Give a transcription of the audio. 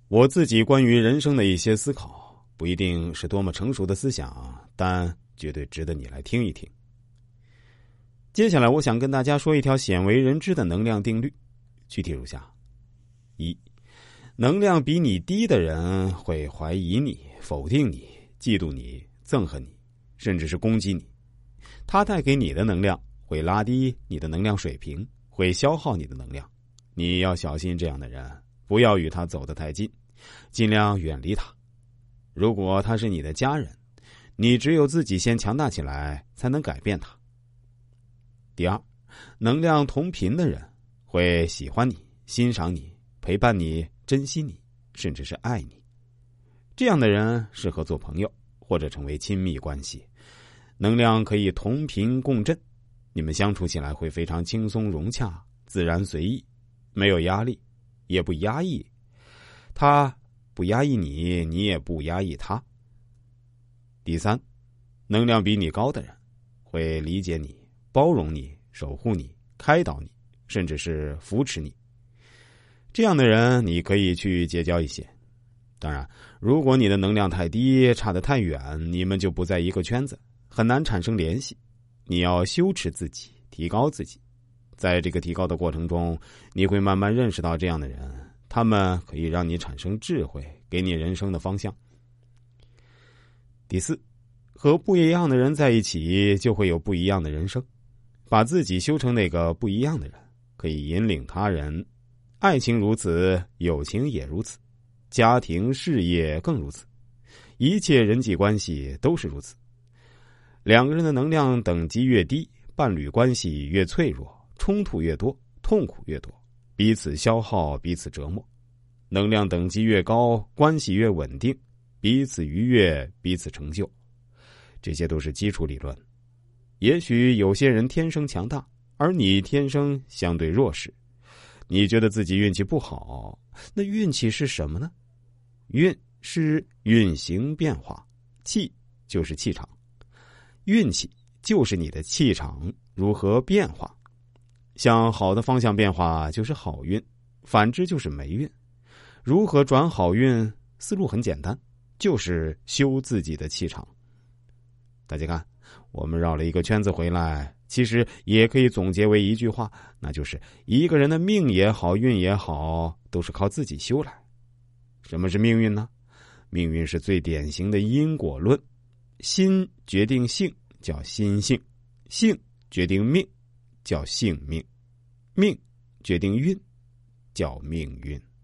我自己关于人生的一些思考，不一定是多么成熟的思想，但绝对值得你来听一听。接下来我想跟大家说一条鲜为人知的能量定律，具体如下：一、能量比你低的人会怀疑你、否定你、嫉妒你、憎恨你，甚至是攻击你。他带给你的能量会拉低你的能量水平，会消耗你的能量。你要小心这样的人，不要与他走得太近，尽量远离他。如果他是你的家人，你只有自己先强大起来，才能改变他。第二，能量同频的人会喜欢你、欣赏你、陪伴你、珍惜你，甚至是爱你。这样的人适合做朋友，或者成为亲密关系。能量可以同频共振，你们相处起来会非常轻松融洽、自然随意，没有压力，也不压抑。他不压抑你，你也不压抑他。第三，能量比你高的人会理解你、包容你、守护你、开导你，甚至是扶持你。这样的人你可以去结交一些。当然，如果你的能量太低，差得太远，你们就不在一个圈子，很难产生联系。你要修持自己，提高自己。在这个提高的过程中，你会慢慢认识到这样的人，他们可以让你产生智慧，给你人生的方向。第四，和不一样的人在一起，就会有不一样的人生。把自己修成那个不一样的人，可以引领他人。爱情如此，友情也如此，家庭事业更如此，一切人际关系都是如此。两个人的能量等级越低，伴侣关系越脆弱，冲突越多，痛苦越多，彼此消耗，彼此折磨。能量等级越高，关系越稳定，彼此愉悦，彼此成就。这些都是基础理论。也许有些人天生强大，而你天生相对弱势。你觉得自己运气不好，那运气是什么呢？运是运行变化，气就是气场，运气就是你的气场如何变化。向好的方向变化就是好运，反之就是霉运。如何转好运？思路很简单，就是修自己的气场。大家看，我们绕了一个圈子回来，其实也可以总结为一句话，那就是一个人的命也好，运也好，都是靠自己修来。什么是命运呢？命运是最典型的因果论，心决定性，叫心性；性决定命，叫性命；命决定运，叫命运。